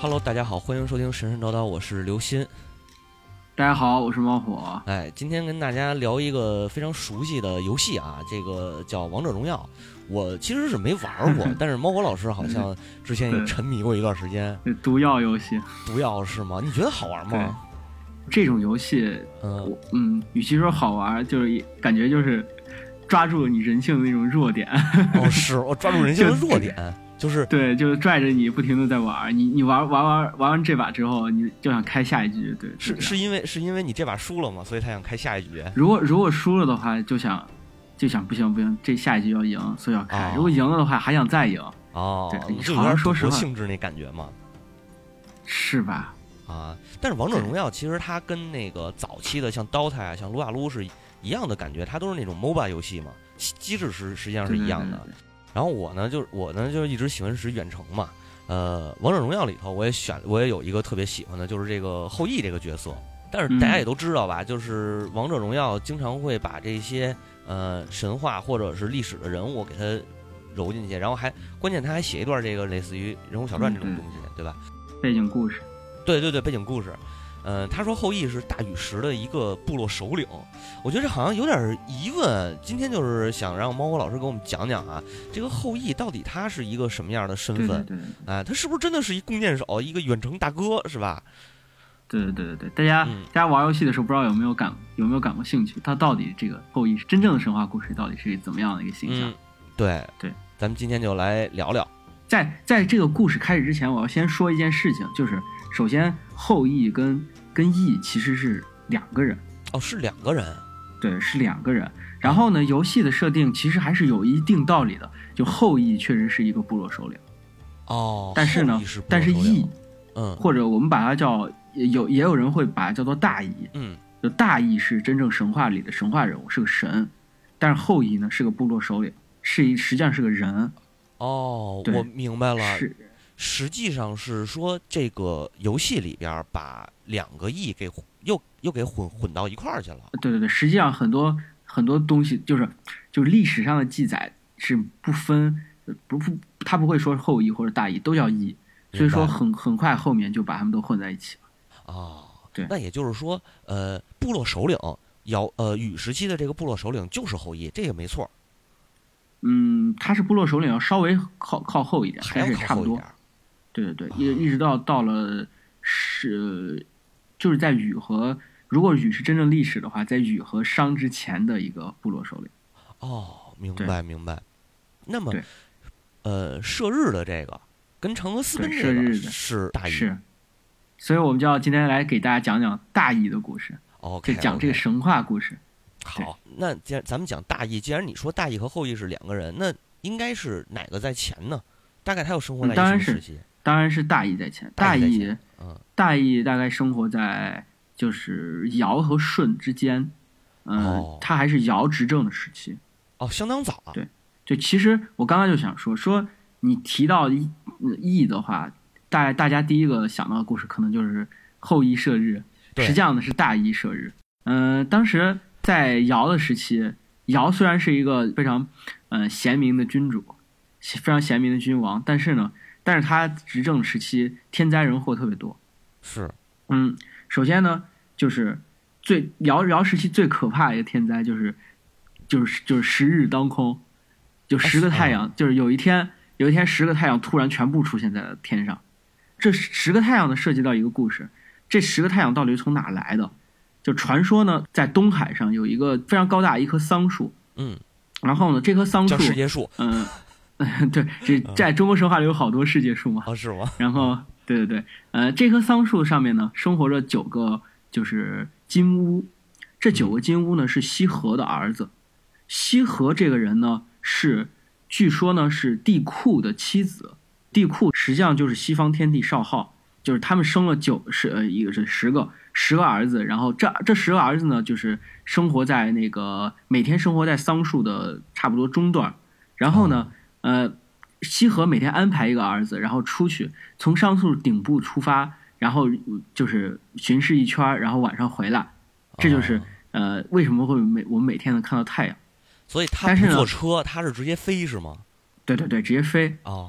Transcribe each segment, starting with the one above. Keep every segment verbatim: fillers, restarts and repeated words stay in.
Hello， 大家好，欢迎收听神神叨叨，我是刘鑫。 大家好，我是猫火。 哎，今天跟大家聊一个非常熟悉的游戏啊，这个叫王者荣耀。我其实是没玩过，但是猫火老师好像之前也沉迷过一段时间。 毒药游戏， 毒药是吗？你觉得好玩吗？ 这种游戏，嗯嗯，与其说好玩，就是感觉就是抓住你人性的那种弱点。 哦，是我抓住人性的弱点。就是对，就是拽着你不停的在玩，你你玩玩玩玩完这把之后，你就想开下一局，对， 是是因为是因为你这把输了嘛，所以他想开下一局。 如果如果输了的话，就想就想不行不行，这下一局要赢，所以要开。哦、如果赢了的话，还想再赢。 哦， 对， 就有点赌博性质那感觉嘛， 是吧？ 啊，但是王者荣耀其实它跟那个早期的像 D O T A 啊、像撸啊撸是一样的感觉，它都是那种 M O B A 游戏嘛，机制是实际上是一样的。 对对对对， 然后我呢，就是我呢，就是一直喜欢使远程嘛。呃，王者荣耀里头，我也选，我也有一个特别喜欢的，就是这个后羿这个角色。但是大家也都知道吧，嗯、就是王者荣耀经常会把这些呃神话或者是历史的人物给它揉进去，然后还关键他还写一段这个类似于人物小传这种东西，嗯、对吧？ 背景故事。 对对对，背景故事。呃，他说后羿是大禹石的一个部落首领，我觉得这好像有点疑问。今天就是想让猫火老师给我们讲讲啊，这个后羿到底他是一个什么样的身份？ 对对对对， 哎，他是不是真的是一弓箭手，一个远程大哥，是吧？ 对对对对对，大家、嗯、大家玩游戏的时候不知道有没有感有没有感过兴趣？他到底这个后羿是真正的神话故事到底是怎么样的一个形象？ 嗯、对对， 咱们今天就来聊聊。 在在这个故事开始之前，我要先说一件事情，就是首先后羿跟跟羿其实是两个人。 哦，是两个人。 对，是两个人。然后呢，游戏的设定其实还是有一定道理的，就后羿确实是一个部落首领。 哦， 但是呢， 是但是羿， 嗯， 或者我们把它叫有也有人会把它叫做大羿， 嗯， 就大羿是真正神话里的神话人物，是个神，但是后羿呢是个部落首领，是一实际上是个人。 哦，我明白了， 是， 实际上是说这个游戏里边把两个羿给又又给混混到一块儿去了。 对对对，实际上很多很多东西就是就是历史上的记载是不分不不，他不会说后羿或者大羿都叫羿，所以说很很快后面就把他们都混在一起了。 哦， 对， 那也就是说，呃，部落首领尧呃禹时期的这个部落首领就是后羿，这个没错。 嗯，他是部落首领，要稍微靠靠后一点， 还是差不多。对对对，一一直到到了是，就是在禹和如果禹是真正历史的话，在禹和商之前的一个部落首领。 哦，明白明白。那么，呃，射日的这个跟嫦娥私奔这个是大羿， 是，所以我们就要今天来给大家讲讲大羿的故事。 OK， 就讲这个神话故事。 好，那既然咱们讲大羿，既然你说大羿和后羿是两个人，那应该是哪个在前呢？大概他又生活在什么时期？ 嗯、当然是大羿在前。大羿，嗯，大羿大概生活在就是尧和舜之间，嗯、呃哦，他还是尧执政的时期。 哦，相当早啊。 对，对，其实我刚刚就想说，说你提到羿的话，大大家第一个想到的故事可能就是后羿射日，实际上呢是大羿射日。嗯、呃，当时。在尧的时期，尧虽然是一个非常，呃贤明的君主，非常贤明的君王，但是呢，但是他执政时期天灾人祸特别多。 是， 嗯，首先呢，就是最尧尧时期最可怕的一个天灾就是，就是就是十日当空，就十个太阳，啊、就是有一天有一天十个太阳突然全部出现在了天上，这十个太阳呢涉及到一个故事，这十个太阳到底从哪来的？就传说呢，在东海上有一个非常高大的一棵桑树， 嗯， 然后呢，这棵桑树叫世界树， 嗯，对，这在中国神话里有好多世界树嘛， 哦，是吗？ 然后，对对对，呃，这棵桑树上面呢，生活着九个就是金乌，这九个金乌呢是羲和的儿子，羲和这个人呢是，据说呢是帝喾的妻子，帝喾实际上就是西方天帝少昊。就是他们生了九十呃一个是十个十个儿子，然后这这十个儿子呢，就是生活在那个每天生活在桑树的差不多中段，然后呢，呃，羲和每天安排一个儿子，然后出去从桑树顶部出发，然后就是巡视一圈，然后晚上回来，这就是呃为什么会每我们每天能看到太阳。 所以他不坐车，他是直接飞是吗？ 对对对，直接飞。 哦。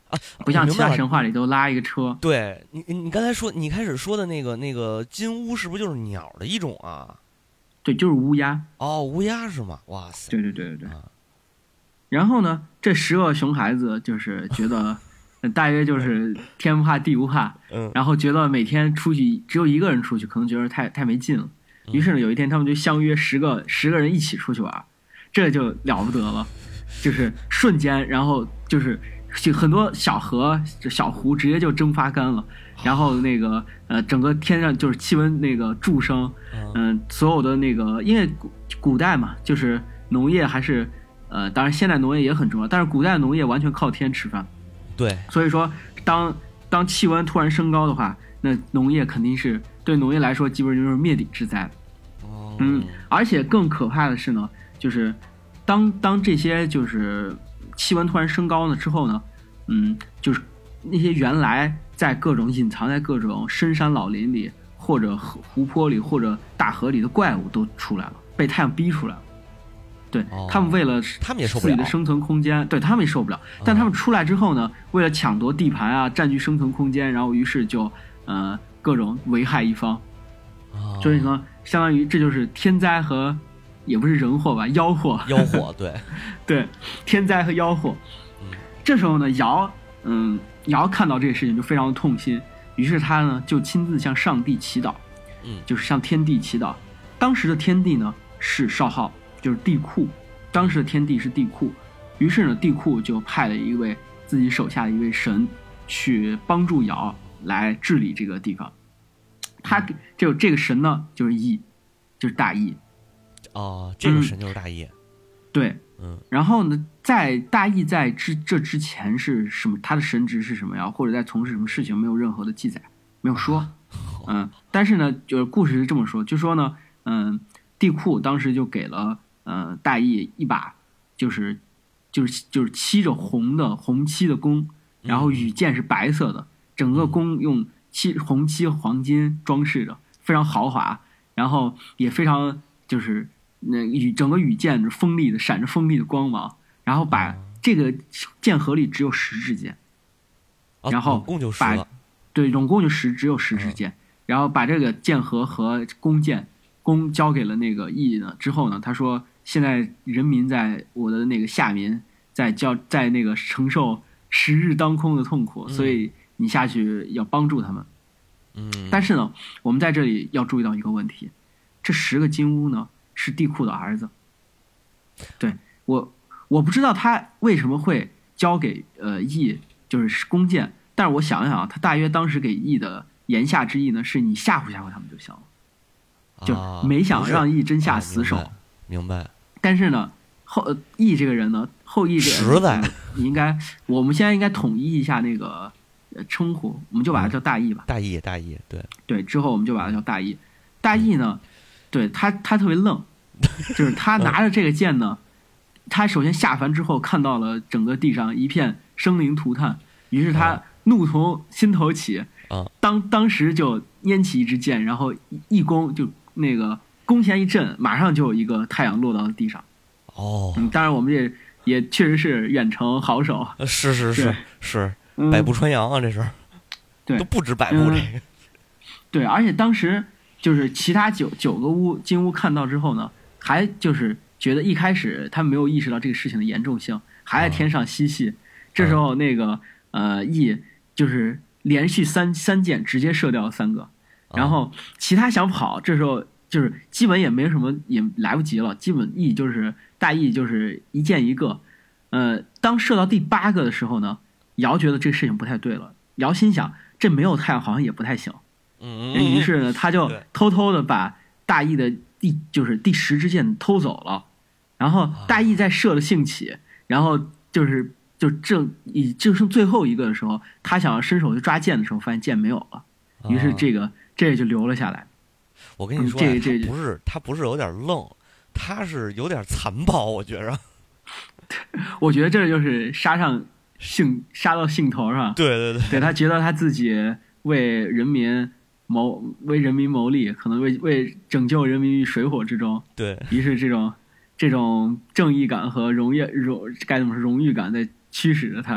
啊， 不像其他我明白了神话里都拉一个车。 对你，你你刚才说，你开始说的那个那个金乌，是不是就是鸟的一种啊？ 对，就是乌鸦。 哦，乌鸦是吗？哇塞！ 对对对对对。 啊然后呢，这十个熊孩子就是觉得，呃大约就是天不怕地不怕， 嗯， 然后觉得每天出去只有一个人出去，可能觉得太太没劲了。于是呢，有一天他们就相约十个十个人一起出去玩，这就了不得了，就是瞬间，然后就是就很多小河、小湖直接就蒸发干了，然后那个呃，整个天上就是气温那个骤升，嗯、呃，所有的那个因为古古代嘛，就是农业还是呃，当然现在农业也很重要，但是古代农业完全靠天吃饭， 对， 所以说当当气温突然升高的话，那农业肯定是对农业来说基本就是灭顶之灾。 哦， 嗯，而且更可怕的是呢，就是当当这些就是气温突然升高了之后呢，嗯，就是那些原来在各种隐藏在各种深山老林里，或者湖湖泊里，或者大河里的怪物都出来了，被太阳逼出来了。对、 哦、 他们为了他们也受不了自己的生存空间，对他们也受不了。但他们出来之后呢，为了抢夺地盘啊，占据生存空间，然后于是就呃各种危害一方。 哦、 所以呢，相当于这就是天灾和也不是人祸吧，妖祸。 妖祸，对对，天灾和妖祸。 嗯， 这时候呢，尧嗯尧看到这个事情就非常的痛心，于是他呢就亲自向上帝祈祷， 嗯， 就是向天帝祈祷。当时的天帝呢是少昊，就是帝喾，当时的天帝是帝喾，于是呢帝喾就派了一位自己手下的一位神去帮助尧来治理这个地方。他就这个神呢就是羿，就是大羿。 哦，这个神就是大羿。 嗯、对， 嗯， 然后呢，在大羿在之这之前是什么？他的神职是什么呀？或者在从事什么事情？没有任何的记载，没有说。嗯，但是呢，就是故事是这么说，就说呢，嗯，帝喾当时就给了呃大羿一把，就是就是就是漆着红的红漆的弓，然后羽箭是白色的，整个弓用漆红漆黄金装饰着，非常豪华，然后也非常就是那羽整个羽箭是锋利的，闪着锋利的光芒，然后把这个剑盒里只有十支箭， 哦、 然后总共就十把了， 对，总共就十只有十支箭，嗯、然后把这个剑盒和弓箭弓交给了那个羿呢之后呢，他说现在人民在我的那个下民在叫在那个承受十日当空的痛苦， 嗯、 所以你下去要帮助他们。 嗯， 但是呢，我们在这里要注意到一个问题，这十个金乌呢是帝喾的儿子。对，我我不知道他为什么会交给呃羿就是弓箭，但是我想想啊，他大约当时给羿的言下之意呢，是你吓唬吓唬他们就行了，就没想让羿真下死手。 啊、明白。明白。 但是呢，后羿这个人呢，后羿这个人实在， 你应该，我们现在应该统一一下那个称呼，我们就把他叫大羿吧。 嗯、大羿，大羿，对对，之后我们就把他叫大羿。大羿呢，对他他特别愣，就是他拿着这个剑呢，他首先下凡之后看到了整个地上一片生灵涂炭，于是他怒从心头起， 啊， 当当时就拈起一支箭，然后一弓就那个弓弦一震，马上就有一个太阳落到了地上。 哦， 嗯，当然我们也也确实是远程好手， 是是是是， 嗯、 百步穿杨啊，这是， 对， 都不止百步这个、嗯， 对，而且当时就是其他九九个屋金屋看到之后呢，还就是觉得一开始他们没有意识到这个事情的严重性，还在天上嬉戏。哦、这时候那个呃羿就是连续三三箭直接射掉了三个，然后其他想跑，这时候就是基本也没什么，也来不及了，基本羿就是大羿就是一箭一个。呃，当射到第八个的时候呢，尧觉得这个事情不太对了，尧心想这没有太阳好像也不太行。 嗯， 于是呢，他就偷偷的把大羿的第就是第十支箭偷走了，然后大羿在射了兴起，然后就是就正以就剩最后一个的时候，他想要伸手去抓箭的时候，发现箭没有了，于是这个这就留了下来。 我跟你说、啊， 这个这个不是他不是有点愣，他是有点残暴，我觉着。 我觉得这就是杀上兴杀到兴头上， 对对对， 对他觉得他自己为人民谋为人民谋利，可能为为拯救人民于水火之中。 对， 于是这种这种正义感和荣誉荣该怎么说荣誉感在驱使着他。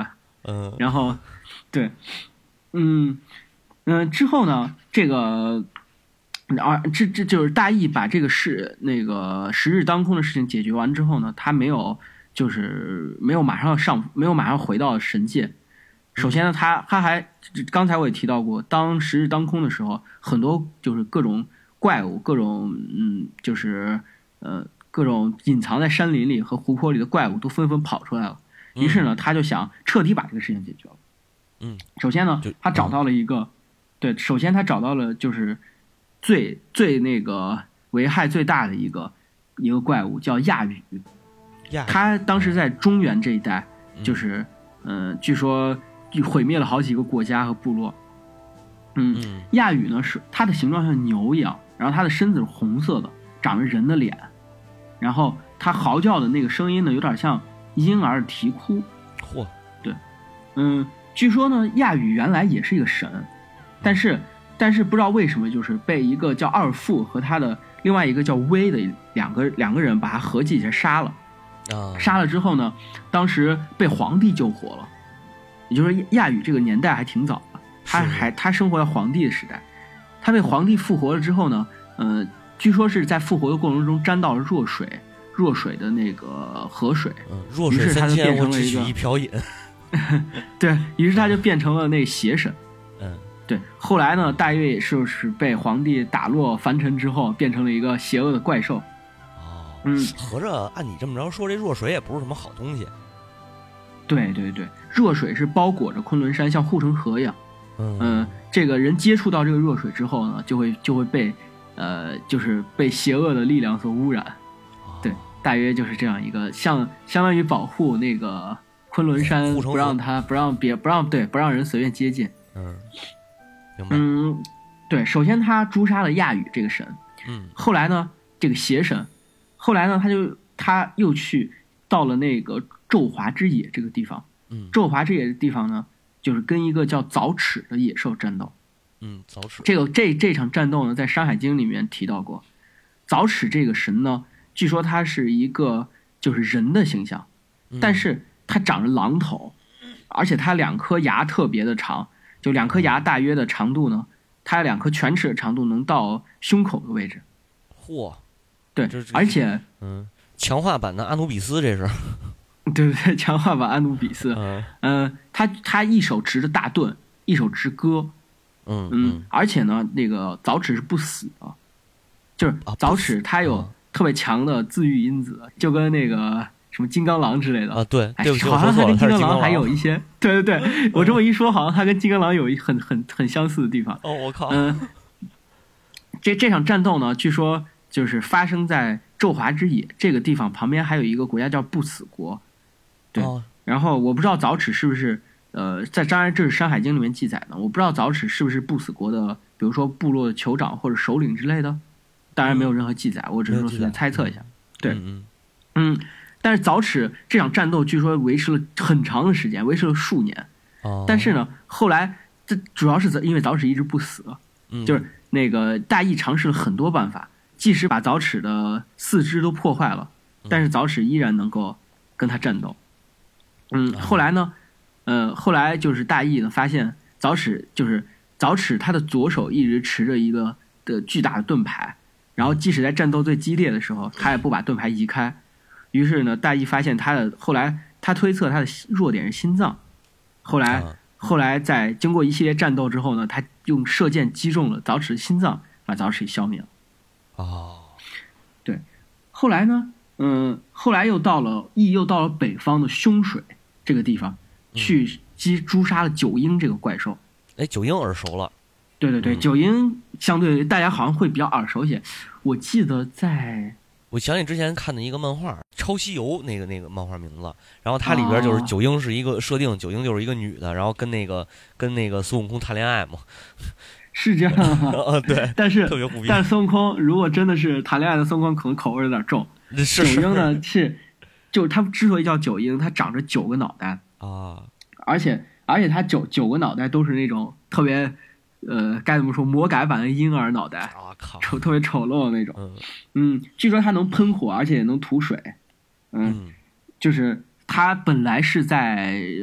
嗯， 然后，对，嗯嗯、呃，之后呢，这个啊，这这就是大义把这个事那个十日当空的事情解决完之后呢，他没有就是没有马上上没有马上回到神界。首先呢，他他还刚才我也提到过，当十日当空的时候，很多就是各种怪物，各种嗯，就是呃各种隐藏在山林里和湖泊里的怪物都纷纷跑出来了。于是呢，他就想彻底把这个事情解决了。 嗯， 首先呢，他找到了一个，对，首先他找到了就是最最那个危害最大的一个一个怪物，叫亚羽。 亚羽， 他当时在中原这一带，就是嗯、呃，据说毁灭了好几个国家和部落。嗯， 嗯亚羽呢是它的形状像牛一样，然后它的身子是红色的，长着人的脸，然后它嚎叫的那个声音呢，有点像婴儿啼哭。 嚯， 对，嗯，据说呢，亚羽原来也是一个神，但是但是不知道为什么，就是被一个叫二父和他的另外一个叫威的两个两个人把他合计起来杀了。 啊， 杀了之后呢，当时被皇帝救活了，也就是亚羽这个年代还挺早的，他还他生活在皇帝的时代，他被皇帝复活了之后呢，呃，据说是在复活的过程中沾到了弱水，弱水的那个河水， 嗯，弱水三千，我只取一瓢饮。 对，于是他就变成了那邪神。 嗯， 对，后来呢，大约也是是被皇帝打落凡尘之后，变成了一个邪恶的怪兽。嗯， 合着按你这么着说，这弱水也不是什么好东西。 对对对，弱水是包裹着昆仑山，像护城河一样。 嗯、 呃，这个人接触到这个弱水之后呢，就会就会被呃，就是被邪恶的力量所污染。对，大约就是这样一个，像相当于保护那个昆仑山，不让他不让别不让对不让人随便接近。 嗯，明白。 嗯，对，首先他诛杀了亚羽这个神。 嗯， 后来呢，这个邪神。后来呢，他就他又去到了那个纣华之野这个地方。 嗯， 纣华之野的地方呢，就是跟一个叫早齿的野兽战斗。 嗯，早齿。 这个这这场战斗呢，在《山海经》里面提到过。早齿这个神呢，据说他是一个就是人的形象， 嗯、 但是他长着狼头，而且他两颗牙特别的长，就两颗牙大约的长度呢，他两颗犬齿的长度能到胸口的位置。 嚯！ 对，而且嗯，强化版的阿努比斯这是， 对对对，强化版阿努比斯。 嗯， 呃，他他一手持着大盾，一手持戈， 嗯嗯，而且呢，那个早齿是不死的，就是早齿它有特别强的自愈因子，就跟那个什么金刚狼之类的啊，对，对不起， 好像它跟金刚狼还有一些，对对对，我这么一说，好像它跟金刚狼有一很很很相似的地方。 哦，我靠， 嗯，这这场战斗呢，据说。就是发生在纣华之野这个地方旁边，还有一个国家叫不死国，对。哦、然后我不知道早齿是不是呃，在当然这是《山海经》里面记载的，我不知道早齿是不是不死国的，比如说部落的酋长或者首领之类的，当然没有任何记载，嗯、我只是说随便猜测一下。对， 嗯嗯，但是早齿这场战斗据说维持了很长的时间，维持了数年。 哦。 但是呢，后来这主要是因为早齿一直不死， 嗯、 就是那个大义尝试了很多办法。即使把早齿的四肢都破坏了，但是早齿依然能够跟他战斗。嗯，后来呢，呃，后来就是大义呢发现早齿就是早齿，他的左手一直持着一个的巨大的盾牌，然后即使在战斗最激烈的时候，他也不把盾牌移开。于是呢，大义发现他的后来他推测他的弱点是心脏。后来后来在经过一系列战斗之后呢，他用射箭击中了早齿的心脏，把早齿消灭了。 哦， 对，后来呢，嗯，后来又到了义，又到了北方的凶水这个地方，去击诛杀了九婴这个怪兽。 哎，九婴耳熟了。 对对对， 嗯、 九婴相对大家好像会比较耳熟一些。我记得在， 我想起之前看的一个漫画《超西游》那个那个漫画名字，然后它里边就是九婴是一个设定，九婴就是一个女的，然后跟那个跟那个孙悟空谈恋爱嘛。 是这样啊， 呃，对， 但是特别胡逼。 但是孙悟空如果真的是谈恋爱的孙悟空，可能口味有点重。 九婴呢是，就他之所以叫九婴，他长着九个脑袋啊，而且而且他九九个脑袋都是那种特别，呃，该怎么说，魔改版的婴儿脑袋啊，靠， 丑特别丑陋的那种。 嗯嗯，据说他能喷火，而且也能吐水。嗯， 嗯就是他本来是在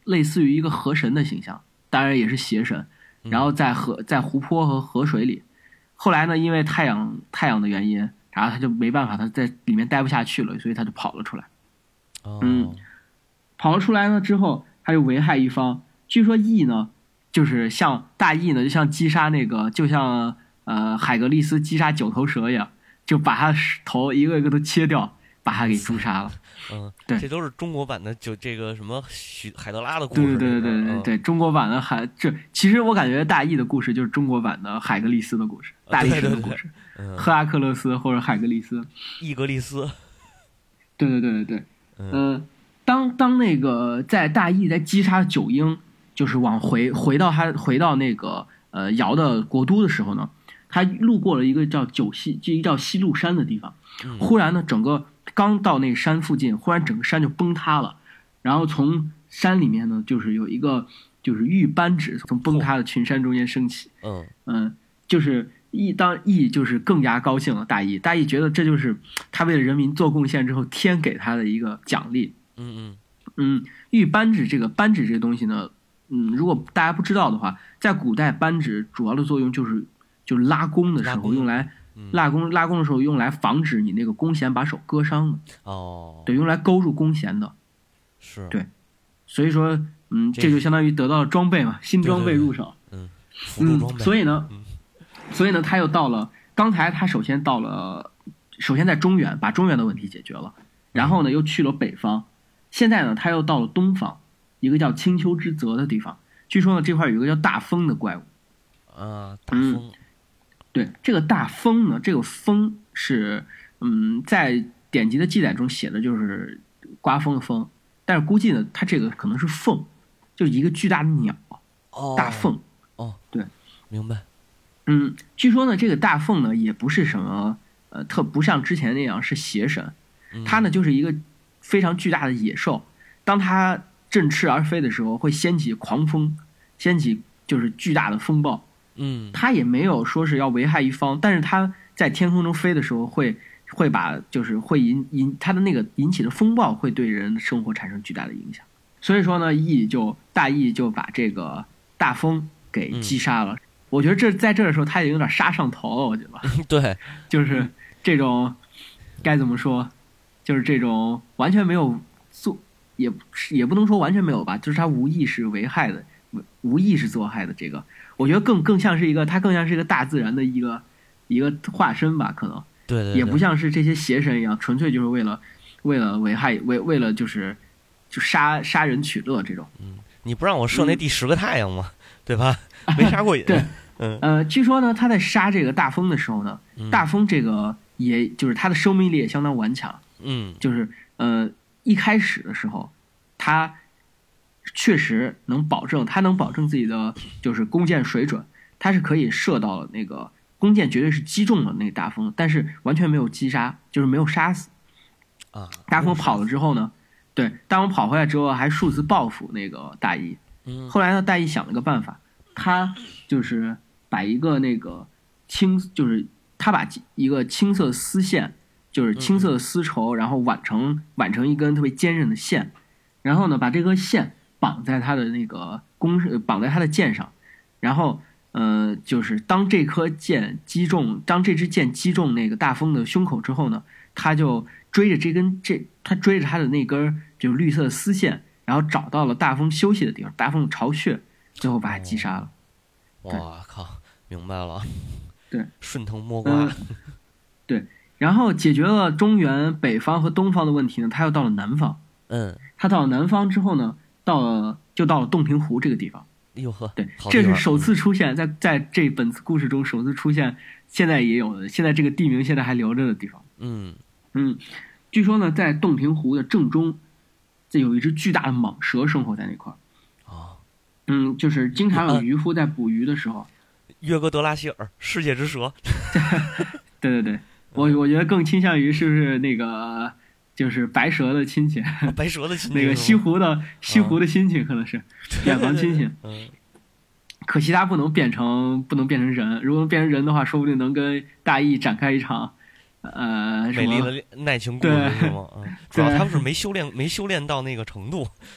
类似于一个河神的形象，当然也是邪神。然后在河在湖泊和河水里，后来呢，因为太阳太阳的原因，然后他就没办法，他在里面待不下去了，所以他就跑了出来。 哦、 嗯，跑了出来呢之后，他就危害一方。据说羿呢，就是像大羿呢，就像击杀那个，就像呃海格力斯击杀九头蛇一样，就把他头一个一个都切掉，把他给诛杀了。 嗯， 对， 这都是中国版的，就这个什么许海德拉的故事。 对对对对对对，中国版的海这其实我感觉大羿的故事就是中国版的海格力斯的故事，大力士的故事， 嗯、 赫拉克勒斯或者海格力斯， 伊格利斯。 对对对对对， 嗯、 呃，当当那个在大羿在击杀九婴，就是往回回到他回到那个呃尧的国都的时候呢，他路过了一个叫九溪，就一个叫西路山的地方， 嗯、 忽然呢，整个刚到那个山附近，忽然整个山就崩塌了，然后从山里面呢，就是有一个就是玉扳指从崩塌的群山中间升起， 嗯嗯，就是羿当羿就是更加高兴了，大羿大羿觉得这就是他为了人民做贡献之后天给他的一个奖励。 嗯嗯嗯，玉扳指这个扳指这个东西呢，嗯，如果大家不知道的话，在古代扳指主要的作用就是就是拉弓的时候用来拉弓拉弓的时候用来防止你那个弓弦把手割伤的。 哦， 对，用来勾住弓弦的。 是， 对，所以说，嗯，这就相当于得到了装备嘛，新装备入手。 对对对嗯，辅助装备。 嗯，所以呢， 嗯、 所以呢，他又到了刚才他首先到了，首先在中原把中原的问题解决了，然后呢又去了北方。现在呢，他又到了东方，一个叫青丘之泽的地方。据说呢，这块有一个叫大风的怪物。 啊，大风。 嗯、对，这个大风呢，这个风是，嗯，在典籍的记载中写的就是刮风的风，但是估计呢，它这个可能是凤，就是一个巨大的鸟。 哦， 大凤。 哦， 对， 明白。 嗯，据说呢，这个大凤呢，也不是什么，呃，特不像之前那样是邪神，它呢就是一个非常巨大的野兽，当它振翅而飞的时候，会掀起狂风，掀起就是巨大的风暴。 嗯， 它也没有说是要危害一方，但是它在天空中飞的时候会，会把就是会引引它的那个引起的风暴会对人的生活产生巨大的影响。所以说呢，羿就大羿就把这个大风给击杀了。嗯、我觉得这在这的时候他也有点杀上头了，我觉得。 对， 就是这种该怎么说，就是这种完全没有做，也也不能说完全没有吧，就是他无意识危害的，无意识作害的这个，我觉得更更像是一个，他更像是一个大自然的一个一个化身吧，可能。 对对对， 也不像是这些邪神一样，纯粹就是为了为了危害，为为了就是就杀杀人取乐这种。 嗯，你不让我射那第十个太阳吗？嗯、对吧？没杀过瘾。 对， 嗯呃，据说呢，他在杀这个大风的时候呢， 嗯、 大风这个也就是他的生命力也相当顽强。 嗯， 就是呃一开始的时候，他确实能保证，他能保证自己的就是弓箭水准，他是可以射到了那个。弓箭绝对是击中了那个大风，但是完全没有击杀，就是没有杀死。 啊！ 大风跑了之后呢，对，大风跑回来之后还数次报复那个大羿。 嗯。 后来呢，大羿想了个办法，他就是把一个那个青，就是他把一个青色丝线，就是青色丝绸，然后挽成挽成一根特别坚韧的线，然后呢，把这根线绑在他的那个弓，绑在他的箭上，然后。呃，就是当这颗箭击中，当这支箭击中那个大风的胸口之后呢，他就追着这根这，他追着他的那根就是绿色的丝线，然后找到了大风休息的地方，大风的巢穴，最后把他击杀了。 哇、哦、靠，明白了。 对， 顺藤摸瓜、 呃。对，然后解决了中原北方和东方的问题呢，他又到了南方。 嗯， 他到了南方之后呢，到了就到了洞庭湖这个地方。 哟呵， 对，这是首次出现在在这本次故事中首次出现，现在也有的，现在这个地名现在还留着的地方。 嗯嗯，据说呢，在洞庭湖的正中，这有一只巨大的蟒蛇生活在那块儿。 哦， 嗯，就是经常有渔夫在捕鱼的时候， 约格德拉希尔，世界之蛇。 对对对，我我觉得更倾向于是不是那个。就是白蛇的亲戚， 哦、白蛇的亲戚， 那个西湖的西湖的亲戚可能是远房亲戚。 嗯， 可惜他不能变成不能变成人，如果变成人的话，说不定能跟大羿展开一场呃美丽的爱情故事，是吗？嗯，主要他们是没修炼，没修炼到那个程度。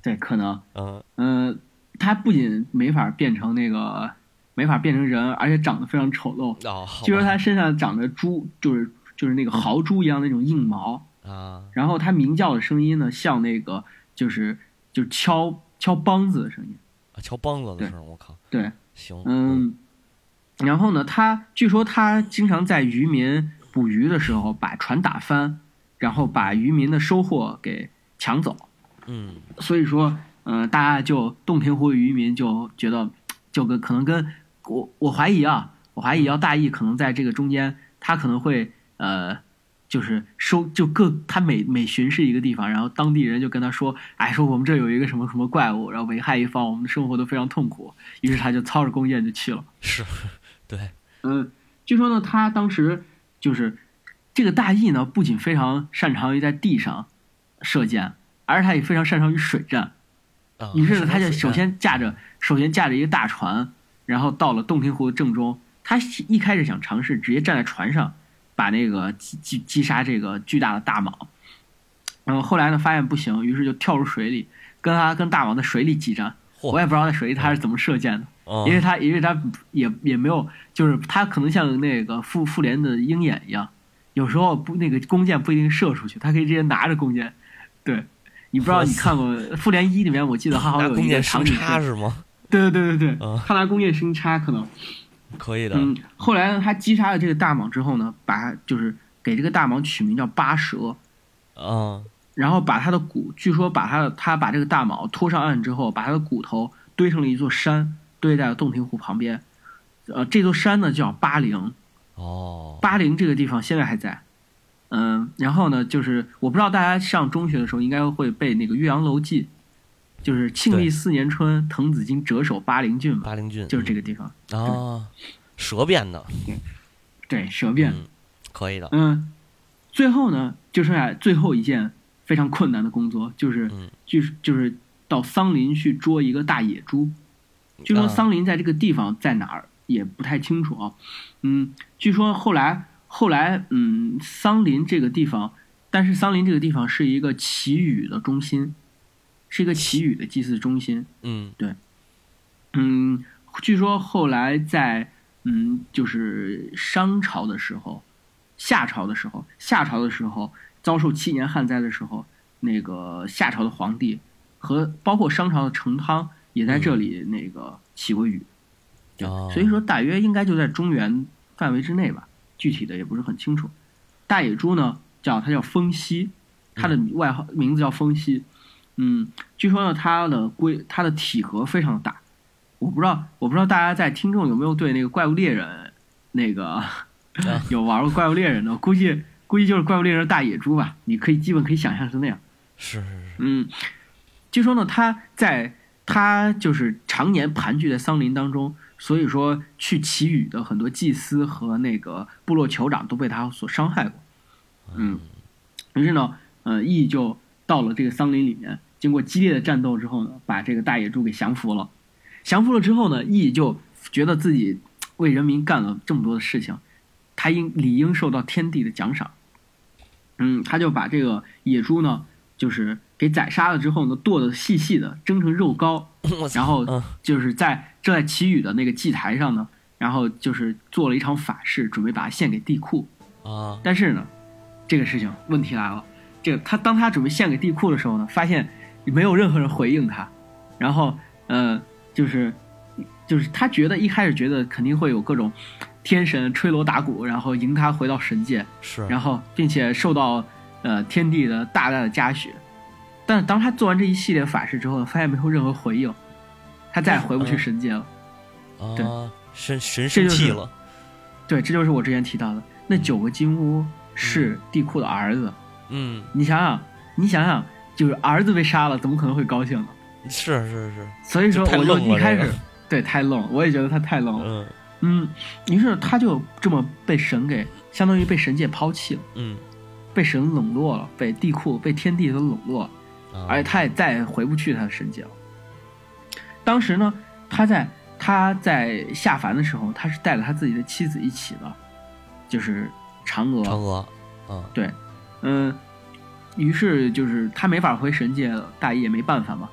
对，可能， 嗯嗯、呃，他不仅没法变成那个，没法变成人，而且长得非常丑陋。 哦， 据说他身上长着猪，就是就是那个豪猪一样那种硬毛啊。 然后他鸣叫的声音呢，像那个就是就是敲敲梆子的声音， 啊，敲梆子的声，我靠。 对， 行， 嗯，然后呢，他据说他经常在渔民捕鱼的时候把船打翻，然后把渔民的收获给抢走。 嗯， 所以说，嗯、呃，大家就洞庭湖渔民就觉得，就跟可能跟我我怀疑啊，我怀疑姚大义可能在这个中间，他可能会呃，就是收就各他每每巡视一个地方，然后当地人就跟他说，哎，说我们这有一个什么什么怪物，然后危害一方，我们的生活都非常痛苦，于是他就操着弓箭就去了。 是，对， 嗯，据说呢，他当时就是这个大义呢，不仅非常擅长于在地上射箭。而他也非常擅长于水战，于是呢，他就首先驾着首先驾着一个大船，然后到了洞庭湖正中。他一开始想尝试直接站在船上，把那个击击击杀这个巨大的大蟒，然后后来呢发现不行，于是就跳入水里，跟他跟大蟒在水里激战。我也不知道在水里他是怎么射箭的，因为他因为他也也没有，就是他可能像那个复复联的鹰眼一样，有时候不那个弓箭不一定射出去，他可以直接拿着弓箭，对。你不知道你看过《复联一》里面，我记得还好有一个场景是吗？ 对对对对对， 嗯、 他拿弓箭生插可能可以的。 嗯，后来呢，他击杀了这个大蟒之后呢，把就是给这个大蟒取名叫八蛇， 嗯， 然后把他的骨，据说把他的他把这个大蟒拖上岸之后，把他的骨头堆成了一座山，堆在了洞庭湖旁边。呃，这座山呢叫巴陵。 哦， 巴陵这个地方现在还在。嗯，然后呢，就是我不知道大家上中学的时候应该会背那个《岳阳楼记》，就是庆历四年春，滕子京谪守巴陵郡嘛。 巴陵郡就是这个地方啊、哦，蛇变的。 对，对，蛇变、 嗯，可以的。 嗯，最后呢，就剩下最后一件非常困难的工作，就是、 嗯、 就是就是到桑林去捉一个大野猪。据说桑林在这个地方在哪儿、啊、也不太清楚啊。嗯，据说后来。后来，嗯，桑林这个地方，但是桑林这个地方是一个祈雨的中心，是一个祈雨的祭祀中心。 嗯， 对，嗯，据说后来在，嗯，就是商朝的时候，夏朝的时候，夏朝的时候遭受七年旱灾的时候，那个夏朝的皇帝和包括商朝的成汤也在这里那个祈过雨。 嗯、哦， 所以说大约应该就在中原范围之内吧。具体的也不是很清楚。大野猪呢，叫它叫风息，它的外号、嗯、名字叫风息。嗯，据说呢，它的规它的体格非常大。我不知道，我不知道大家在听众有没有对那个怪物猎人那个、啊、有玩过怪物猎人的？估计估计就是怪物猎人大野猪吧。你可以基本可以想象是那样。 是。 嗯，据说呢，它在它就是常年盘踞在桑林当中。所以说，去祈雨的很多祭司和那个部落酋长都被他所伤害过。嗯，于是呢，呃，羿就到了这个桑林里面，经过激烈的战斗之后呢，把这个大野猪给降服了。降服了之后呢，羿就觉得自己为人民干了这么多的事情，他应理应受到天地的奖赏。嗯，他就把这个野猪呢，就是给宰杀了之后呢，剁得细细的，蒸成肉糕，然后就是在正在祈雨的那个祭台上呢，然后就是做了一场法事，准备把它献给地库啊。 但是呢，这个事情问题来了，这个他当他准备献给地库的时候呢，发现没有任何人回应他，然后呃，就是就是他觉得一开始觉得肯定会有各种天神吹锣打鼓，然后迎他回到神界， 是， 然后并且受到呃天帝的大大的嘉许。但是当他做完这一系列法事之后，发现没有任何回应，他再也回不去神界了。 啊， 对， 神神生气了。 对，这就是我之前提到的那九个金乌是地库的儿子。 嗯， 你想想，你想想，就是儿子被杀了，怎么可能会高兴呢？ 是是是。 所以说，我就一开始、 这个、 对太愣，我也觉得他太愣了。 嗯嗯，于是他就这么被神给，相当于被神界抛弃了。 嗯， 被神冷落了，被地库、被天地所冷落了。而且他也再也回不去他的神界了。当时呢，他在他在下凡的时候，他是带着他自己的妻子一起的，就是嫦娥。 嫦娥，嗯， 对，嗯，于是就是他没法回神界了，大义也没办法嘛，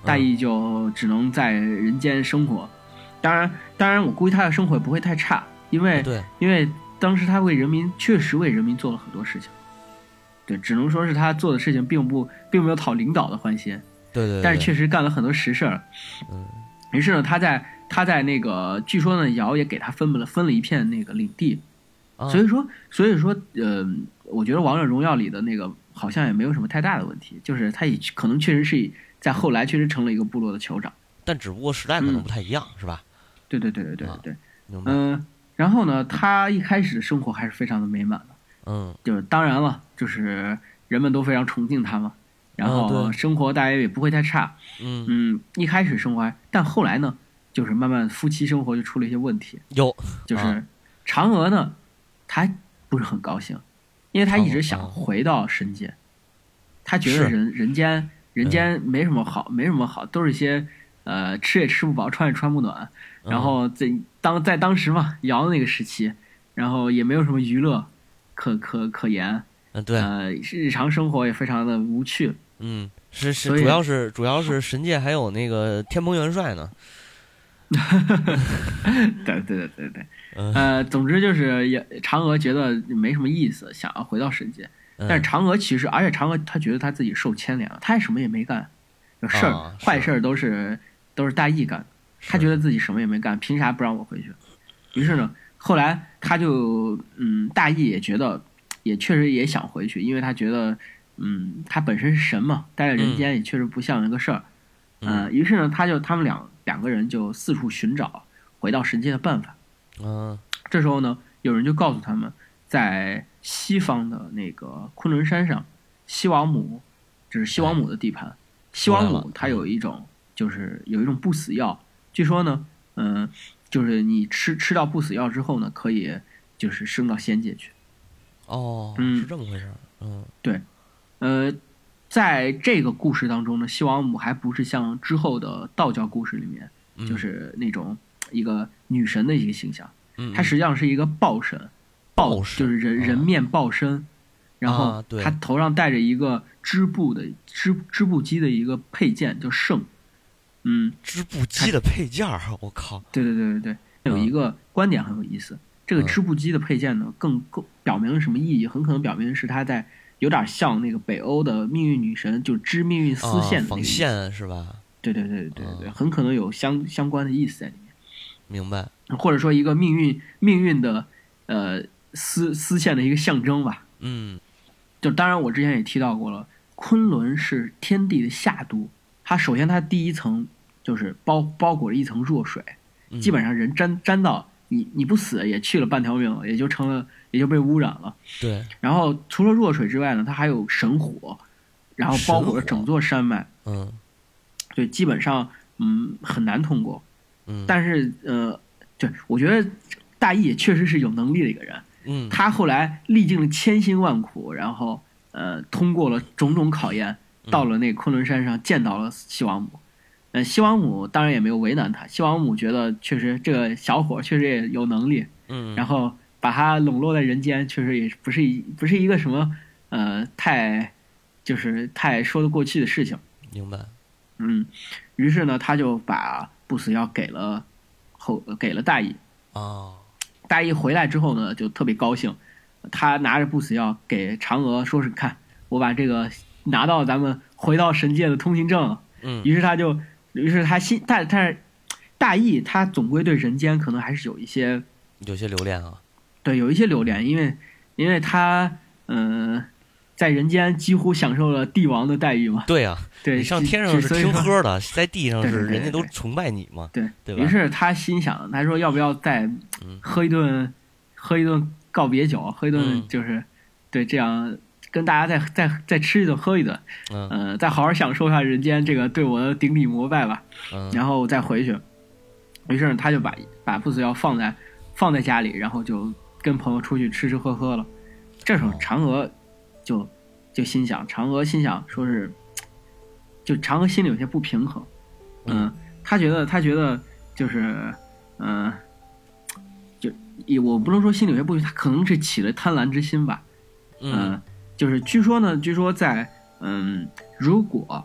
大义就只能在人间生活。当然，当然，我估计他的生活也不会太差，因为对， 因为当时他为人民确实为人民做了很多事情。对，只能说是他做的事情并不并没有讨领导的欢心。 对 对, 对， 但是确实干了很多实事儿。 嗯， 于是呢，他在他在那个，据说呢，尧也给他分了分了一片那个领地。 啊、 所以说，所以说，呃，我觉得《王者荣耀》里的那个好像也没有什么太大的问题，就是他也可能确实是在后来确实成了一个部落的酋长， 但只不过时代可能不太一样，嗯、是吧？ 对对对对对对， 明白。 嗯、呃，然后呢，他一开始的生活还是非常的美满的， 嗯， 就是当然了，就是人们都非常崇敬他嘛，然后生活大约也不会太差， 嗯嗯，一开始生活，但后来呢，就是慢慢夫妻生活就出了一些问题， 有， 就是嫦娥呢，她不是很高兴，因为她一直想回到神界，她觉得人人间人间没什么好，没什么好，都是一些呃吃也吃不饱，穿也穿不暖。然后在当在当时嘛，尧那个时期，然后也没有什么娱乐可可可言， 嗯，对， 呃，日常生活也非常的无趣。 嗯，是是，主要是主要是神界还有那个天蓬元帅呢。 对对对对对，呃，总之就是也嫦娥觉得没什么意思，想要回到神界。但是嫦娥其实，而且嫦娥她觉得她自己受牵连了，她也什么也没干，有事儿、啊、坏事儿都是都是大义干的。他觉得自己什么也没干，凭啥不让我回去？于是呢，后来他就嗯，大义也觉得，也确实也想回去，因为他觉得，嗯，他本身是神嘛，待在人间也确实不像一个事儿。嗯、呃，于是呢，他就他们两两个人就四处寻找回到神界的办法。 嗯， 这时候呢，有人就告诉他们，在西方的那个昆仑山上，西王母，这是西王母的地盘。西王母她有一种，就是有一种不死药。据说呢，嗯、呃，就是你吃吃到不死药之后呢，可以就是升到仙界去。 哦，嗯，是这么回事。嗯， 对，呃，在这个故事当中呢，西王母还不是像之后的道教故事里面， 嗯、 就是那种一个女神的一个形象， 嗯， 她实际上是一个豹神，豹就是人、啊、人面豹身，然后她头上戴着一个织布的织织布机的一个配件，叫圣。嗯， 织布机的配件儿，我靠！ 对对对对对，有一个观点很有意思，嗯、这个织布机的配件呢，更更表明了什么意义？很可能表明是它在有点像那个北欧的命运女神，就织命运丝线的那个、 哦、纺线是吧？ 对对对对对对，很可能有相相关的意思在里面。 明白。 或者说一个命运命运的呃丝丝线的一个象征吧。 嗯， 就当然我之前也提到过了，昆仑是天地的下都。它首先，它第一层就是包包裹着一层弱水，基本上人沾沾到你，你不死也去了半条命了，也就成了，也就被污染了。 对。 然后除了弱水之外呢，它还有神火，然后包裹着整座山脉。 嗯。 对，基本上嗯很难通过。 嗯。 但是呃，对，我觉得大义也确实是有能力的一个人。 嗯。 他后来历尽了千辛万苦，然后呃通过了种种考验。到了那个昆仑山上，见到了西王母，呃，西王母当然也没有为难他。西王母觉得确实这个小伙确实也有能力， 嗯， 然后把他笼络在人间，确实也不是一不是一个什么呃太就是太说得过去的事情。 明白。 嗯，于是呢，他就把不死药给了后给了大义。 哦， 大义回来之后呢，就特别高兴，他拿着不死药给嫦娥说是看我把这个。拿到咱们回到神界的通行证， 嗯， 于是他就，于是他心，但但是大义他总归对人间可能还是有一些有些留恋啊， 对，有一些留恋，因为因为他嗯、呃，在人间几乎享受了帝王的待遇嘛， 对啊， 对， 你上天上是听喝的，在地上是人家都崇拜你嘛， 对对吧？ 于是他心想，他说要不要再喝一顿，嗯、喝一顿告别酒，喝一顿就是、嗯、对这样。跟大家再再再吃一顿喝一顿， 嗯、 呃，再好好享受一下人间这个对我的顶礼膜拜吧， 嗯、 然后再回去。于是他就把把不死药放在放在家里，然后就跟朋友出去吃吃喝喝了。这时候嫦娥就就心想，嫦娥心想说是，就嫦娥心里有些不平衡，嗯、呃，他觉得他觉得就是嗯、呃，就我不能说心里有些不平，他可能是起了贪婪之心吧。 嗯、 呃，就是据说呢，据说在嗯，如果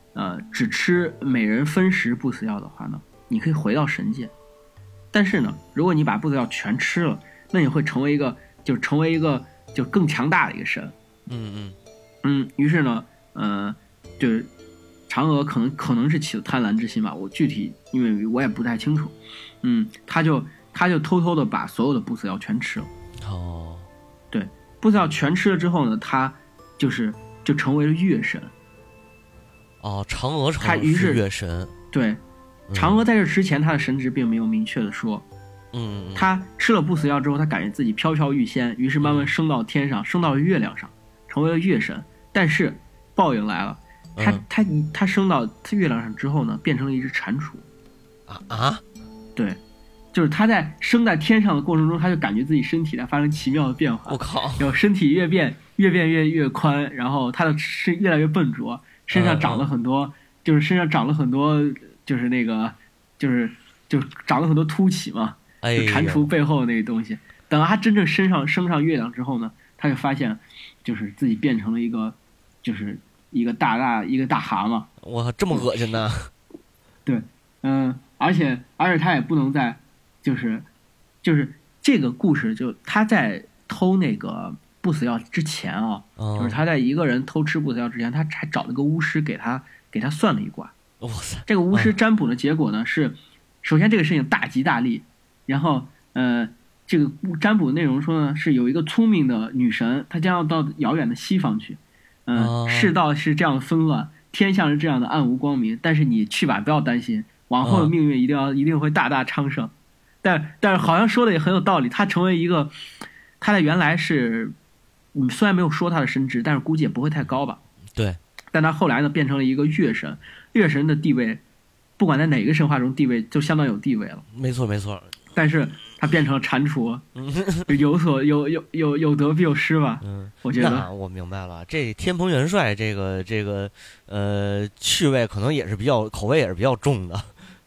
呃只吃每人分食不死药的话呢，你可以回到神界。但是呢，如果你把不死药全吃了，那你会成为一个就成为一个就更强大的一个神。 嗯嗯嗯，于是呢，呃，就是嫦娥可能可能是起了贪婪之心吧，我具体因为我也不太清楚。嗯，他就他就偷偷的把所有的不死药全吃了。 哦， 对，不死药全吃了之后呢，他就是就成为了月神。 哦，嫦娥成了他于是月神。 对，嫦娥在这之前，他的神职并没有明确的说。 嗯， 他吃了不死药之后，他感觉自己飘飘欲仙，于是慢慢升到天上，升到了月亮上，成为了月神。但是报应来了，他、嗯、他他升到月亮上之后呢，变成了一只蟾蜍。 啊啊！ 对，就是他在升在天上的过程中，他就感觉自己身体在发生奇妙的变化。 我靠！ 然后身体越变越变越越宽，然后他的身越来越笨拙，身上长了很多，嗯、就是身上长了很多，就是那个，就是就长了很多凸起嘛。就蟾蜍背后的那个东西，等到他真正身上升上月亮之后呢，他就发现，就是自己变成了一个，就是一个大大一个大蛤蟆。 哇，这么恶心呢？ 对，嗯，而且而且他也不能在，就是就是这个故事，就他在偷那个不死药之前啊， 哦、 就是他在一个人偷吃不死药之前，他还找了个巫师给他给他算了一卦。 哇塞！ 这个巫师占卜的结果呢、哦、是，首先这个事情大吉大利。然后，呃，这个占卜内容说呢，是有一个聪明的女神，她将要到遥远的西方去，嗯、呃， 哦、 世道是这样的纷乱，天象是这样的暗无光明，但是你去吧，不要担心，往后的命运一定要、哦、一定会大大昌盛。但但是好像说的也很有道理，她成为一个，她在原来是，嗯，虽然没有说她的神职，但是估计也不会太高吧。 对。 但她后来呢，变成了一个月神，月神的地位，不管在哪个神话中，地位就相当有地位了。 没错，没错。 但是他变成了蟾蜍，有所有有有有得必有失吧。 嗯， 我觉得那我明白了。这天蓬元帅这个这个呃趣味可能也是比较口味也是比较重的。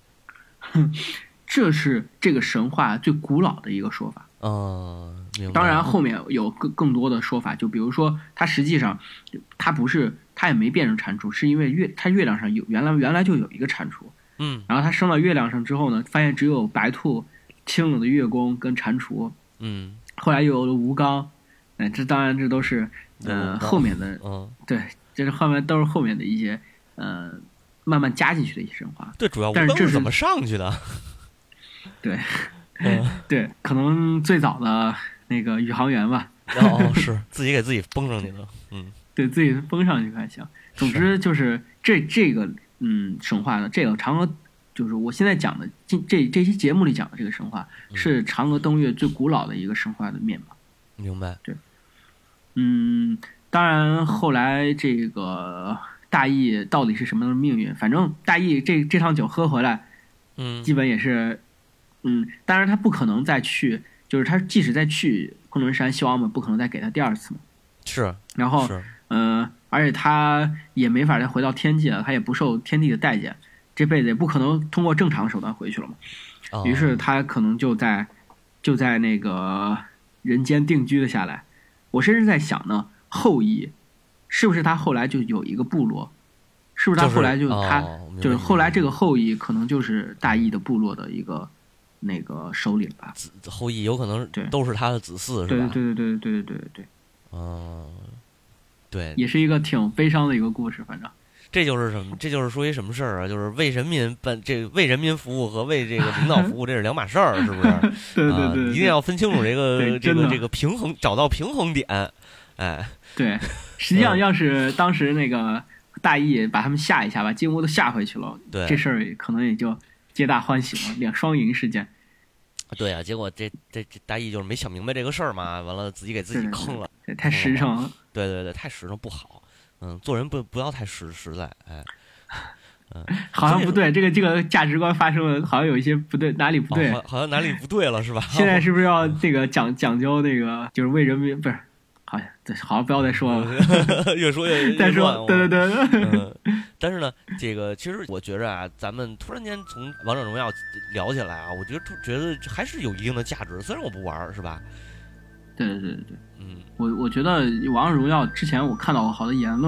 这是这个神话最古老的一个说法。 嗯，明白。 当然后面有更更多的说法，就比如说他实际上他不是他也没变成蟾蜍，是因为月他月亮上有原来原来就有一个蟾蜍。 嗯， 然后他升到月亮上之后呢，发现只有白兔、清冷的月宫跟蟾蜍， 嗯， 后来又有了吴刚，哎，这当然这都是呃后面的， 嗯， 对，这是后面都是后面的一些呃慢慢加进去的一些神话。 对，主要但是这是怎么上去的？ 对， 嗯、 对，可能最早的那个宇航员吧。 哦，是自己给自己崩上去了，嗯， 对自己崩上去还行。总之就是这这个嗯神话呢，这个嫦娥。就是我现在讲的这这这期节目里讲的这个神话，是嫦娥登月最古老的一个神话的面貌。 明白。 对，嗯，当然后来这个大羿到底是什么样的命运？反正大羿这这趟酒喝回来， 嗯， 基本也是，嗯，当然他不可能再去，就是他即使再去昆仑山，西王母不可能再给他第二次嘛。 是。 然后， 是呃，而且他也没法再回到天界了，他也不受天地的待见。这辈子也不可能通过正常手段回去了嘛， 哦、 于是他可能就在就在那个人间定居了下来。我甚至在想呢，后羿是不是他后来就有一个部落？是不是他后来就、 就是、 他、 哦、 就是后来这个后羿可能就是大羿的部落的一个那个首领吧？ 后羿有可能都是他的子嗣， 对是吧？ 对对对对对对对对。 嗯，对， 也是一个挺悲伤的一个故事，反正。 这就是什么？这就是说一什么事儿啊？就是为人民办这个为人民服务和为这个领导服务，这是两码事儿，是不是？ 对对 对, 对、 啊，一定要分清楚这个这个这个平衡，找到平衡点。哎， 对，实际上要是当时那个大羿把他们吓一下，把金乌都吓回去了， 对， 这事儿可能也就皆大欢喜了，两双赢事件。 对啊，结果这这这大羿就是没想明白这个事儿嘛，完了自己给自己坑了， 对对对太实诚了。 对对对，太实诚不好。嗯，做人不不要太实实在，哎，嗯， 好像不对，这个这个价值观发生了，好像有一些不对，哪里不对？ 哦、好像哪里不对了，是吧？ 现在是不是要这个讲讲究那个，就是为人民？不是，好像对，好像不要再说了， 越说越越再说，对对对。 嗯，但是呢，这个其实我觉着啊，咱们突然间从王者荣耀聊起来啊，我觉得觉得还是有一定的价值，虽然我不玩，是吧？ 对对对对对， 嗯， 我我觉得王者荣耀之前我看到过好的言论，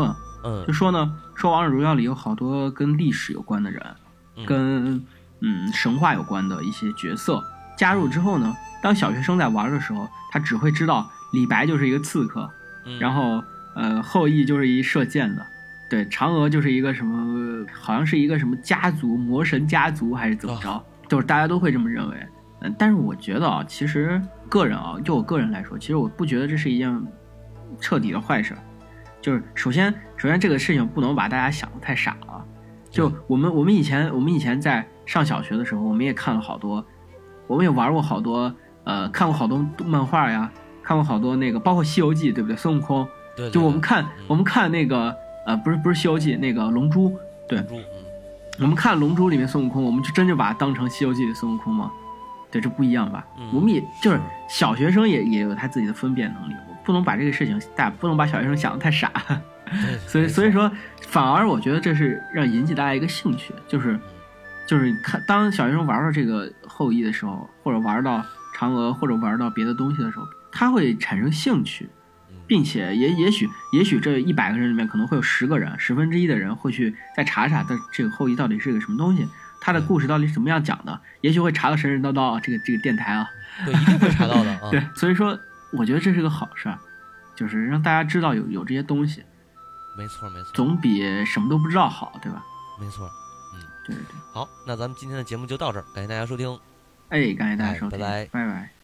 嗯， 就说呢，说王者荣耀里有好多跟历史有关的人， 嗯跟嗯神话有关的一些角色加入之后呢，当小学生在玩的时候，他只会知道李白就是一个刺客， 嗯然后呃后羿就是一射箭的，对，嫦娥就是一个什么，好像是一个什么家族，魔神家族还是怎么着， 哦就是大家都会这么认为。嗯，但是我觉得啊，其实个人啊，就我个人来说，其实我不觉得这是一件彻底的坏事。就是首先，首先这个事情不能把大家想的太傻了。就我们我们以前我们以前在上小学的时候，我们也看了好多，我们也玩过好多，呃，看过好多漫画呀，看过好多那个，包括《西游记》，对不对？孙悟空， 对， 就我们看、 嗯、 我们看那个呃，不是不是《西游记》，那个《龙珠》，对， 龙珠嗯、 我们看《龙珠》里面孙悟空，我们就真就把它当成《西游记》里孙悟空吗？对，这不一样吧？ 嗯、 我们也就是小学生也也有他自己的分辨能力，不能把这个事情大不能把小学生想得太傻。所以所以说，反而我觉得这是让引起大家一个兴趣，就是就是看当小学生玩到这个后羿的时候，或者玩到嫦娥，或者玩到别的东西的时候，他会产生兴趣，并且也也许也许这一百个人里面可能会有十个人，十分之一的人会去再查查的这个后羿到底是个什么东西。他的故事到底是怎么样讲的？也许会查到神神叨叨这个这个电台啊， 对，一定会查到的啊。 对，所以说我觉得这是个好事儿，就是让大家知道有有这些东西， 没错没错， 总比什么都不知道好，对吧？ 没错，嗯， 对对对。 好，那咱们今天的节目就到这儿，感谢大家收听。 哎，感谢大家收听， 哎、拜拜， 拜拜。